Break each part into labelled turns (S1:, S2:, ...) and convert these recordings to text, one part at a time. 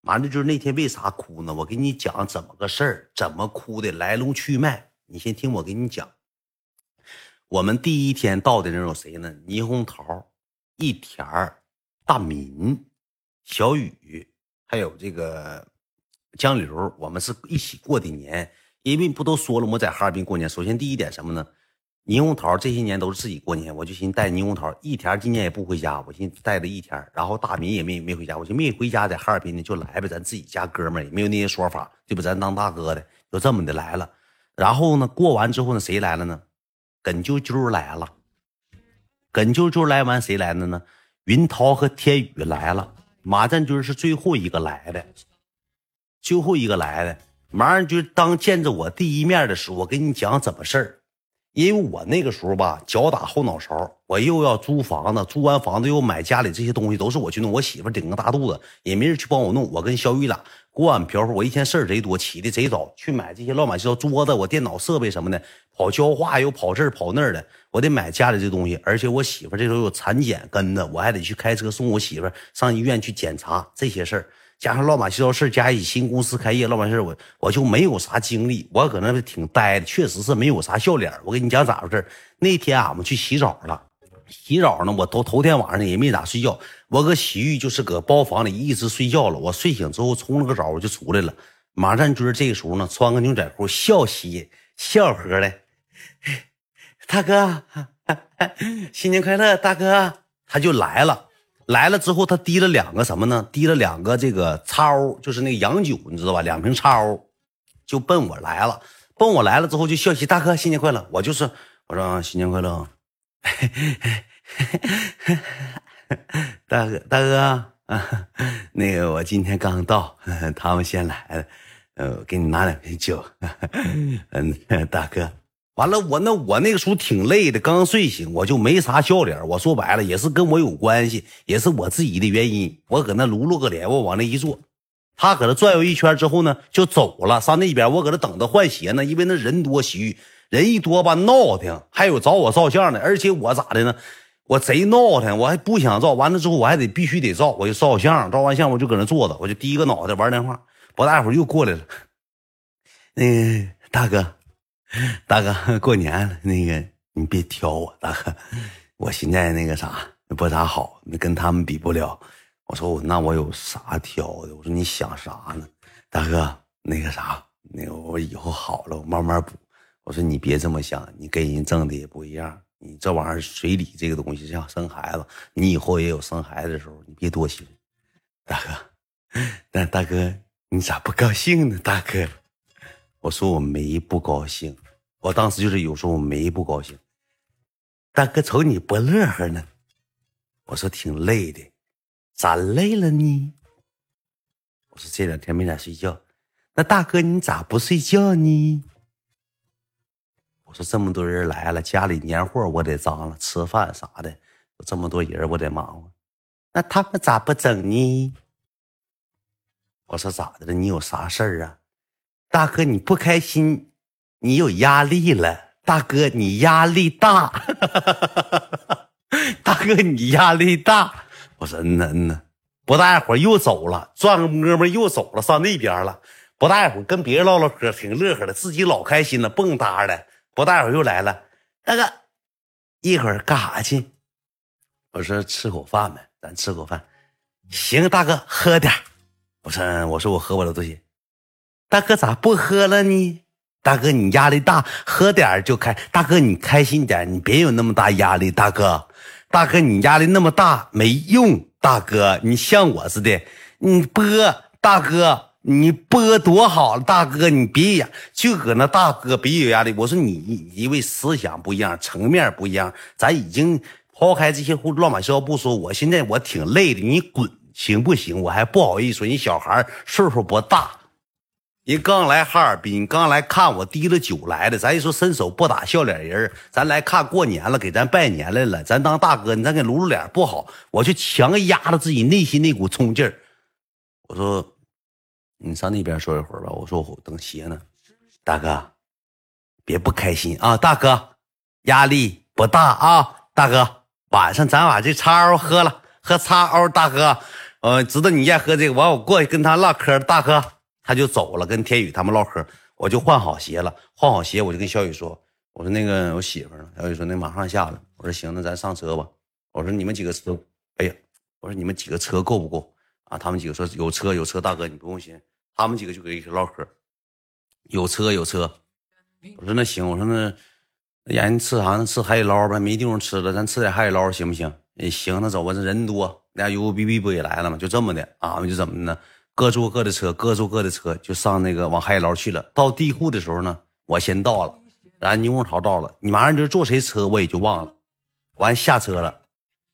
S1: 完了就是那天为啥哭呢？我给你讲怎么个事儿，怎么哭的来龙去脉。你先听我给你讲。我们第一天到的人有谁呢？霓虹桃、一田儿、大民、小雨，还有这个江流，我们是一起过的年。因为不都说了我在哈尔滨过年，首先第一点什么呢？霓虹桃这些年都是自己过年，我就寻思带霓虹桃。一田今年也不回家，我寻思带着一田，然后大民也没回家，我寻思没回家在哈尔滨呢就来呗，咱自己家哥们儿也没有那些说法，对不？咱当大哥的就这么的来了。然后呢，过完之后呢，谁来了呢？耿啾啾来了。耿啾啾来完谁来了呢？云涛和天宇来了。马占军是最后一个来的，最后一个来的。马占军当见着我第一面的时候，我跟你讲怎么事儿。因为我那个时候吧，脚打后脑勺，我又要租房子，租完房子又买家里这些东西，都是我去弄。我媳妇顶个大肚子，也没人去帮我弄。我跟小雨俩锅碗瓢盆，我一天事儿贼多，起的贼早，去买这些乱七八糟桌子，我电脑设备什么的，跑焦化又跑这儿跑那儿的，我得买家里这东西。而且我媳妇这时候有产检跟着，我还得去开车送我媳妇上医院去检查这些事儿。加上乱七八糟事加一起新公司开业，乱七八糟事我就没有啥精力，我可能挺呆的，确实是没有啥笑脸。我跟你讲咋回事？那天俺们去洗澡了，洗澡呢，我头天晚上也没咋睡觉，我搁洗浴就是搁包房里一直睡觉了。我睡醒之后冲了个澡我就出来了。马占军这个时候呢，穿个牛仔裤，笑嘻笑呵的，大哥，新年快乐，大哥，他就来了。来了之后，他提了两个什么呢？提了两个这个叉，就是那个洋酒，你知道吧？2瓶叉，就奔我来了。奔我来了之后就笑嘻，大哥新年快乐。我说新年快乐，大哥，那个我今天刚到，他们先来了，给你拿2瓶酒，大哥。完了，我那个时候挺累的，刚睡醒，我就没啥笑脸。我说白了，也是跟我有关系，也是我自己的原因。我搁那露个脸，我往那一坐，他搁那转悠一圈之后呢，就走了，上那边。我搁那等着换鞋呢，因为那人多，洗浴人一多吧，闹腾，还有找我照相的。而且我咋的呢？我贼闹腾，我还不想照。完了之后，我还必须得照，我就照相。照完相我就搁那坐着，我就低个脑袋玩电话。不大会儿又过来了，大哥，过年了，那个你别挑我，大哥，我现在那个啥不咋好，跟他们比不了。我说那我有啥挑的？我说你想啥呢？大哥，那个啥，那个我以后好了，我慢慢补。我说你别这么想，你跟人挣的也不一样。你这玩意儿水里这个东西像生孩子，你以后也有生孩子的时候，你别多心。大哥，但大哥你咋不高兴呢？大哥。我说我没不高兴，我当时就是有时候我没不高兴。大哥瞅你不乐呵呢，我说挺累的，咋累了呢？我说这2天没咋睡觉。那大哥你咋不睡觉呢？我说这么多人来了，家里年货我得张了，吃饭啥的，这么多人我得忙活。那他们咋不整呢？我说咋的了？你有啥事儿啊？大哥你不开心，你有压力了。大哥你压力大。大哥你压力大。我说嗯。不大一会儿又走了，转个摸摸又走了，上那边了。不大一会儿跟别人唠唠嗑，挺乐呵的，自己老开心了，蹦跶的。不大一会儿又来了，大哥一会儿干啥去？我说吃口饭呗，咱吃口饭。行，大哥喝点。我说我喝不了东西。大哥咋不喝了呢？大哥你压力大，喝点就开。大哥你开心点，你别有那么大压力。大哥你压力那么大没用。大哥你像我似的，你播。大哥你播多好了。大哥你别就搁那。大哥别有压力。我说你因为思想不一样，层面不一样，咱已经抛开这些乱七八糟不说，我现在我挺累的，你滚行不行？我还不好意思说，你小孩岁数不大，人刚来哈尔滨，刚来看我提了酒来的，咱一说伸手不打笑脸人，咱来看过年了，给咱拜年来了，咱当大哥，你咱给撸脸不好，我就强压着自己内心那股冲劲儿。我说你上那边说一会儿吧，我说我等歇呢。大哥别不开心啊，大哥压力不大啊，大哥晚上咱把这叉喝了，喝叉，大哥知道你爱喝这个，完我过去跟他唠嗑，大哥他就走了，跟天宇他们唠嗑，我就换好鞋了，换好鞋我就跟小雨说，我说那个我媳妇呢？小雨说那马上下了，我说行，那咱上车吧。我说你们几个车，哎呀，我说你们几个车够不够啊？他们几个说有车有车，大哥你不用心。他们几个就搁一起唠嗑，有车有车。我说那行，我说那人吃啥呢？吃海底捞吧，没地方吃了，咱吃点海底捞行不行？行，那走吧，这人多，那 UBB 不也来了吗？就这么的啊，就怎么的呢？各坐各的车，各坐各的车，就上那个往海底捞去了。到地库的时候呢，我先到了，然后猕猴桃到了，你马上就坐谁车我也就忘了。完下车了，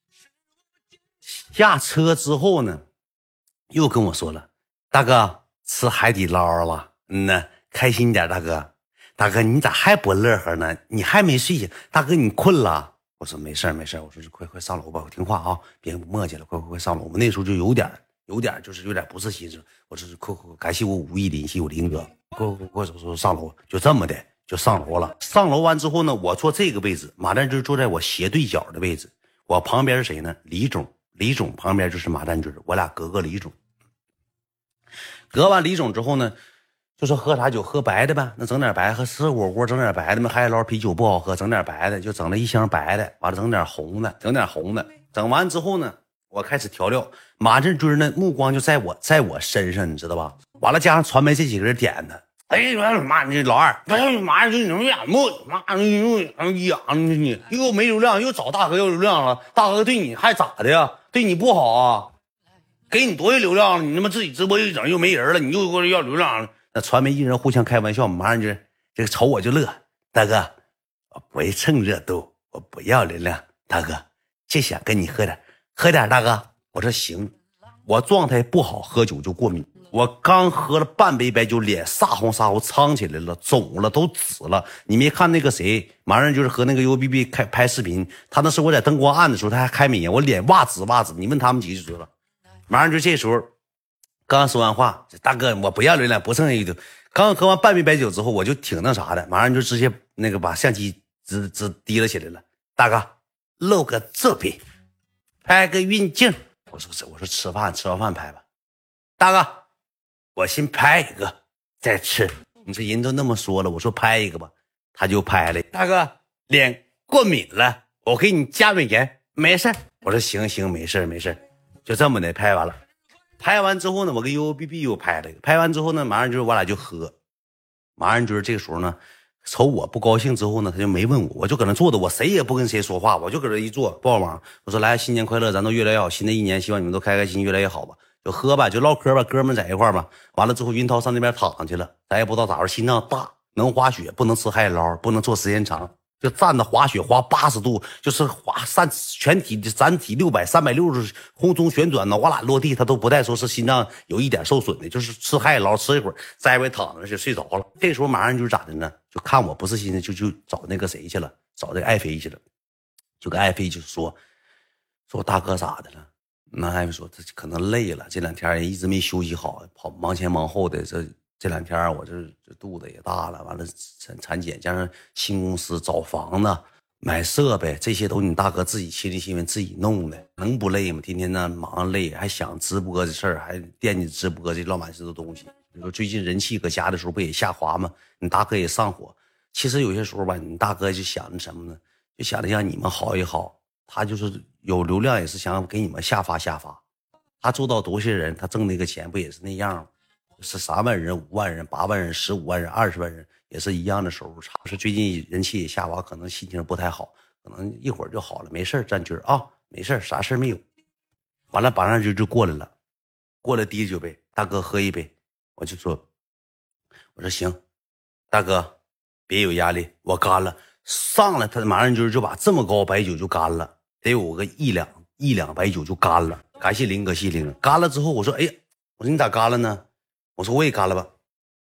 S1: 下车之后呢，又跟我说了，大哥吃海底捞了，呢，开心点，大哥。大哥，你咋还不乐呵呢？你还没睡醒？大哥，你困了？我说没事没事，我说快上楼吧，我听话啊，别磨叽了，快上楼。我那时候就有点就是有点不是心思。我说快，感谢我武艺林，谢我林哥，快走上楼，就这么的就上楼了。上楼完之后呢，我坐这个位置，马占军坐在我斜对角的位置，我旁边是谁呢？李总旁边就是马占军，我俩隔个李总。隔完李总之后呢，就说喝啥酒，喝白的呗，那整点白，喝吃火锅整点白的嘛，海底捞啤酒不好喝，整点白的，就整了一箱白的，完了整点红的，整完之后呢，我开始调料，马振军呢目光就在我身上，你知道吧？完了加上传媒这几个人点的，哎呀妈，你老二，哎呀妈，你能眼目，妈养你又没流量，又找大哥要流量了，大哥对你还咋的呀？对你不好啊？给你多少流量了？你他妈自己直播一整又没人了，你又给我要流量了？那传媒艺人互相开玩笑，马上就这个瞅我就乐。大哥，我不会蹭热度，我不要流量。大哥，就想跟你喝点，大哥。我说行，我状态不好，喝酒就过敏。我刚喝了半杯白酒，脸煞红苍起来了，肿了，都紫了。你没看那个谁，马上就是和那个 UBB 拍视频，他那是我在灯光暗的时候，他还开美颜，我脸哇紫。你问他们几个就知道了。马上就这时候，刚说完话，大哥我不要流量，不蹭一丢。刚喝完半杯白酒之后，我就挺那啥的，马上就直接那个把相机直提了起来了。大哥，露个这边，拍个运镜。我说吃完饭拍吧。大哥，我先拍一个再吃。你说人都那么说了，我说拍一个吧，他就拍了。大哥，脸过敏了，我给你加美颜，没事。我说行，没事。就这么的拍完了，拍完之后呢，我跟 UBB 又拍了一个，拍完之后呢，马上就是我俩就喝，马上就是这个时候呢，瞅我不高兴之后呢，他就没问我，我就搁那坐着，我谁也不跟谁说话，我就搁这一坐不好忙。我说来，新年快乐，咱都越来越好，新的一年希望你们都开心，越来越好吧，就喝吧，就唠嗑吧，哥们在一块吧。完了之后，云涛上那边躺上去了，咱也不知道咋回事，心脏大，能滑雪，不能吃海底捞，不能坐时间长。就站着滑雪滑80度，就是滑全体的咱体600、360空中旋转，脑瓜懒落地，他都不带说是心脏有一点受损的，就是吃海底捞吃一会儿，在外躺着就睡着了。这时候马上就是咋的呢？就看我不是心思，就找那个谁去了，找这个爱妃去了，就跟爱妃就说大哥咋的了？那爱妃说他可能累了，这2天也一直没休息好，跑忙前忙后的这2天我这肚子也大了，完了产检，加上新公司找房子、买设备，这些都你大哥自己亲力亲为自己弄的，能不累吗？天天那忙累，还想直播的事儿，还惦记直播这乱满世的东西。你说最近人气搁家的时候不也下滑吗？你大哥也上火。其实有些时候吧，你大哥就想着什么呢？就想着让你们好一好，他就是有流量也是想给你们下发。他做到多些人，他挣那个钱不也是那样吗？是3万人、5万人、8万人、15万人、20万人，也是一样的收入差。是最近人气也下滑，可能心情不太好，可能一会儿就好了，没事占军啊，没事啥事没有。完了，马上就过来了，过来第9杯，大哥喝一杯，我就说，我说行，大哥别有压力，我干了。上来他马上就把这么高白酒就干了，得有个一两白酒就干了。感谢林哥，谢林哥。干了之后，我说，哎呀，我说你咋干了呢？我说我也干了吧。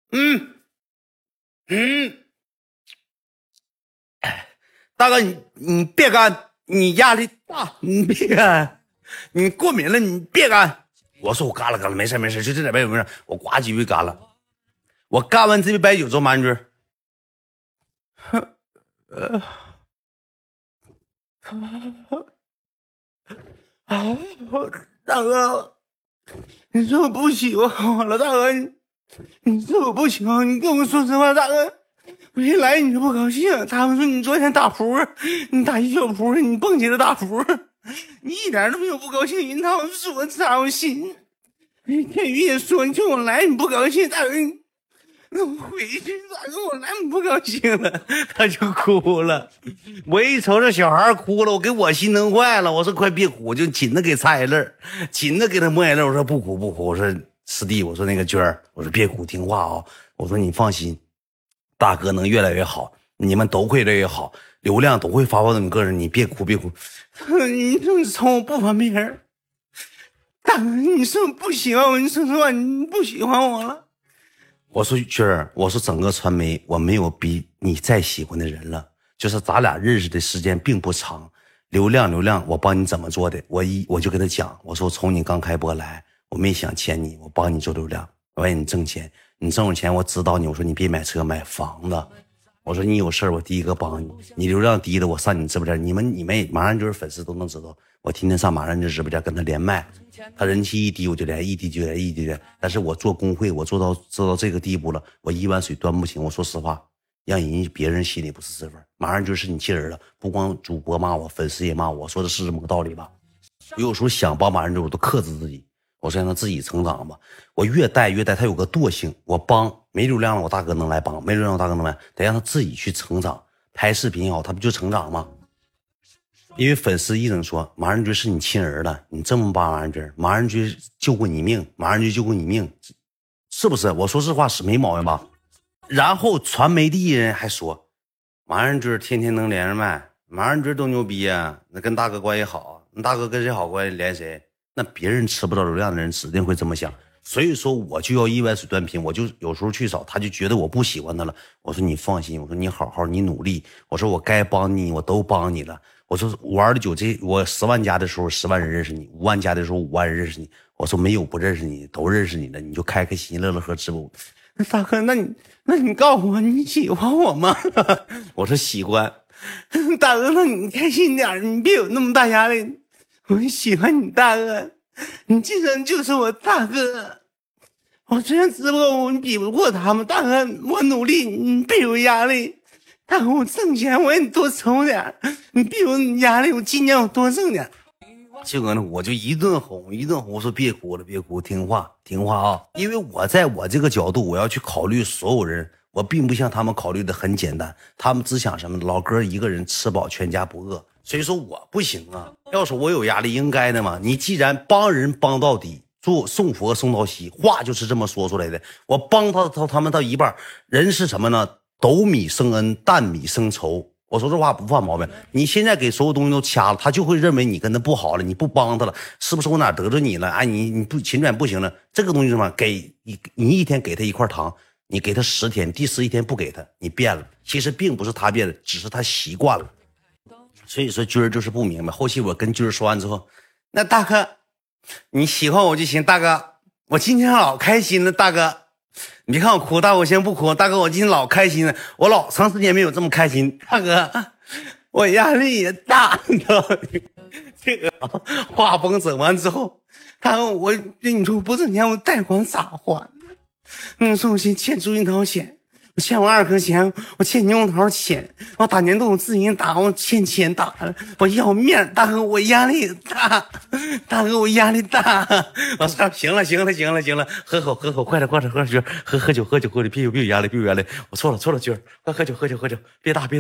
S1: 大哥你别干，你压力大，你别干，你过敏了，你别干。我说我干了，没事，就这点白酒没事。我呱几杯干了。我干完这杯白酒之后，马军，大哥，
S2: 你说我不喜欢我了，大哥，你说我不喜欢你，跟我说实话，大哥。我一来你就不高兴，他们说你昨天打扑，你打一宿扑，你蹦起来打扑，你一点都没有不高兴。人他们说操心，天宇也说你就我来你不高兴，大哥，那我回去咋跟我来你不高兴了？他就哭了。
S1: 我一瞅这小孩哭了，我给我心疼坏了。我说快别哭，我就紧着给擦眼泪，紧着给他抹眼泪。我说不哭不哭，我说师弟，我说那个娟儿，我说别哭，听话啊、我说你放心。大哥能越来越好，你们都会越来越好，流量都会发到你个人，你别哭别哭。
S2: 你这从我不方便，大哥，你说不喜欢我，你说实话，你不喜欢我了。
S1: 我说娟儿，我说整个传媒我没有比你再喜欢的人了，就是咱俩认识的时间并不长，流量我帮你怎么做的，我就跟他讲，我说从你刚开播来，我没想欠你，我帮你做流量，我让你挣钱。你挣有钱，我指导你。我说你别买车买房子，我说你有事我第一个帮你。你流量低的，我上你直播间。你们马上就是粉丝都能知道，我天天上马上就直播间跟他连麦，他人气一低我就连，一低就连，一低就连。但是我做工会，我做到这个地步了，我一碗水端不清。我说实话，让别人心里不是滋味。马上就是你亲人了，不光主播骂我，粉丝也骂我，说的是这么个道理吧？我有时候想帮马上就我都克制自己。我说让他自己成长吧，我越带，他有个惰性，我帮没流量了，我大哥能来帮，没流量我大哥能来，得让他自己去成长，拍视频也好，他不就成长吗？因为粉丝一整说马上军是你亲儿子，你这么帮马上军，马上军救过你命，马上军救过你命，是不是？我说实话是没毛病吧？然后传媒第一人还说马上军天天能连着麦，马上军多牛逼啊，那跟大哥关系好，那大哥跟谁好关系连谁？那别人吃不到流量的人指定会这么想，所以说我就要一碗水端平，我就有时候去找他，就觉得我不喜欢他了。我说你放心，我说你好好，你努力，我说我该帮你我都帮你了。我说玩的久，我10万加的时候10万人认识你，5万加的时候5万人认识你。我说没有不认识你，都认识你了，你就开开心心乐乐和直播。
S2: 大哥，那你告诉我你喜欢我吗？
S1: 我说喜欢。
S2: 大哥，那你开心点，你别有那么大压力。我喜欢你大哥，你今生就是我大哥。我虽然直播我比不过他们，大哥我努力，你别有压力。大哥我挣钱我也多抽点，你别有压力，我今年我多挣点。
S1: 这个呢，我就一顿哄，我说别哭了，别哭，听话啊！因为我在我这个角度，我要去考虑所有人，我并不像他们考虑的很简单，他们只想什么？老哥一个人吃饱全家不饿。所以说我不行啊，要是我有压力应该的嘛。你既然帮人帮到底，做送佛送到西，话就是这么说出来的。我帮他们到一半，人是什么呢？斗米生恩，担米生仇。我说这话不犯毛病。你现在给所有东西都掐了，他就会认为你跟他不好了，你不帮他了，是不是我哪得罪你了？哎，你不勤转不行了。这个东西什么？给你一天给他一块糖，你给他10天，第11天不给他，你变了。其实并不是他变了，只是他习惯了。所以说军儿就是不明白，后期我跟军儿说完之后，那大哥你喜欢我就行，大哥我今天老开心了，大哥你别看我哭，大哥我先不哭，大哥我今天老开心了，我老长时间没有这么开心，大哥我压力也大，你知道这个画风整完之后，大哥我跟你说不挣钱我贷款咋还？说我先欠朱云涛钱，我欠我2颗钱，我欠牛头钱，我打年度我自己打，我欠钱打了，我要面，大哥我压力大，大哥我压力大。我说行了，喝口，快点喝酒，喝酒，别有压力，我错了，军儿，快喝酒，别打。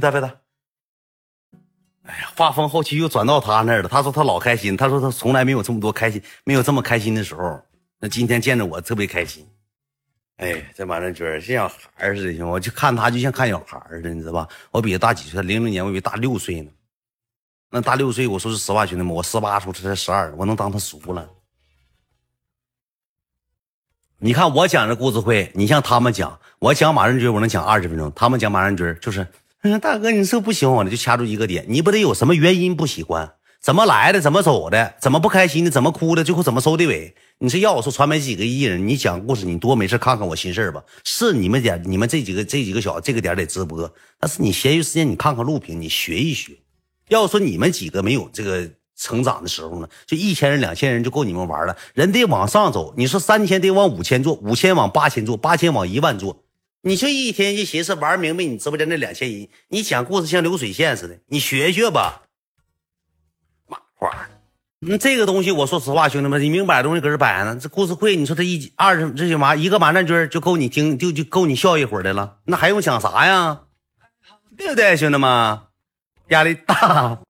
S1: 哎呀，画风后期又转到他那儿了。他说他老开心，他说他从来没有这么多开心，没有这么开心的时候。那今天见着我特别开心。哎，这马上军儿像小孩似的，我就看他就像看小孩似的，你知道吧？我比他大几岁，00年我以为大6岁呢。那大6岁，我说是实话，兄弟们，我18时候他才12，我能当他叔了。你看我讲这故事会，你像他们讲，我讲马上军我能讲20分钟，他们讲马上军就是，大哥你是不喜欢我了，就掐住一个点，你不得有什么原因不喜欢？怎么来的？怎么走的？怎么不开心的？怎么哭的？最后怎么收的尾？你是要我说传媒几个艺人，你讲故事你多没事看看我心事吧。是你们这几个小这个点得直播，但是你闲余时间你看看录屏，你学一学。要说你们几个没有这个成长的时候呢，就1000人、2000人就够你们玩了。人得往上走，你说3000得往5000做，5000往8000做，8000往1万做。你就一天就寻思玩明白你直播间那2000人，你讲故事像流水线似的，你学学吧。马花，这个东西我说实话，兄弟们，你明摆的东西搁这摆呢。这故事会，你说这20这些麻一个麻将军就够你听，就够你笑一会儿的了，那还用想啥呀？对不对，兄弟们？压力大。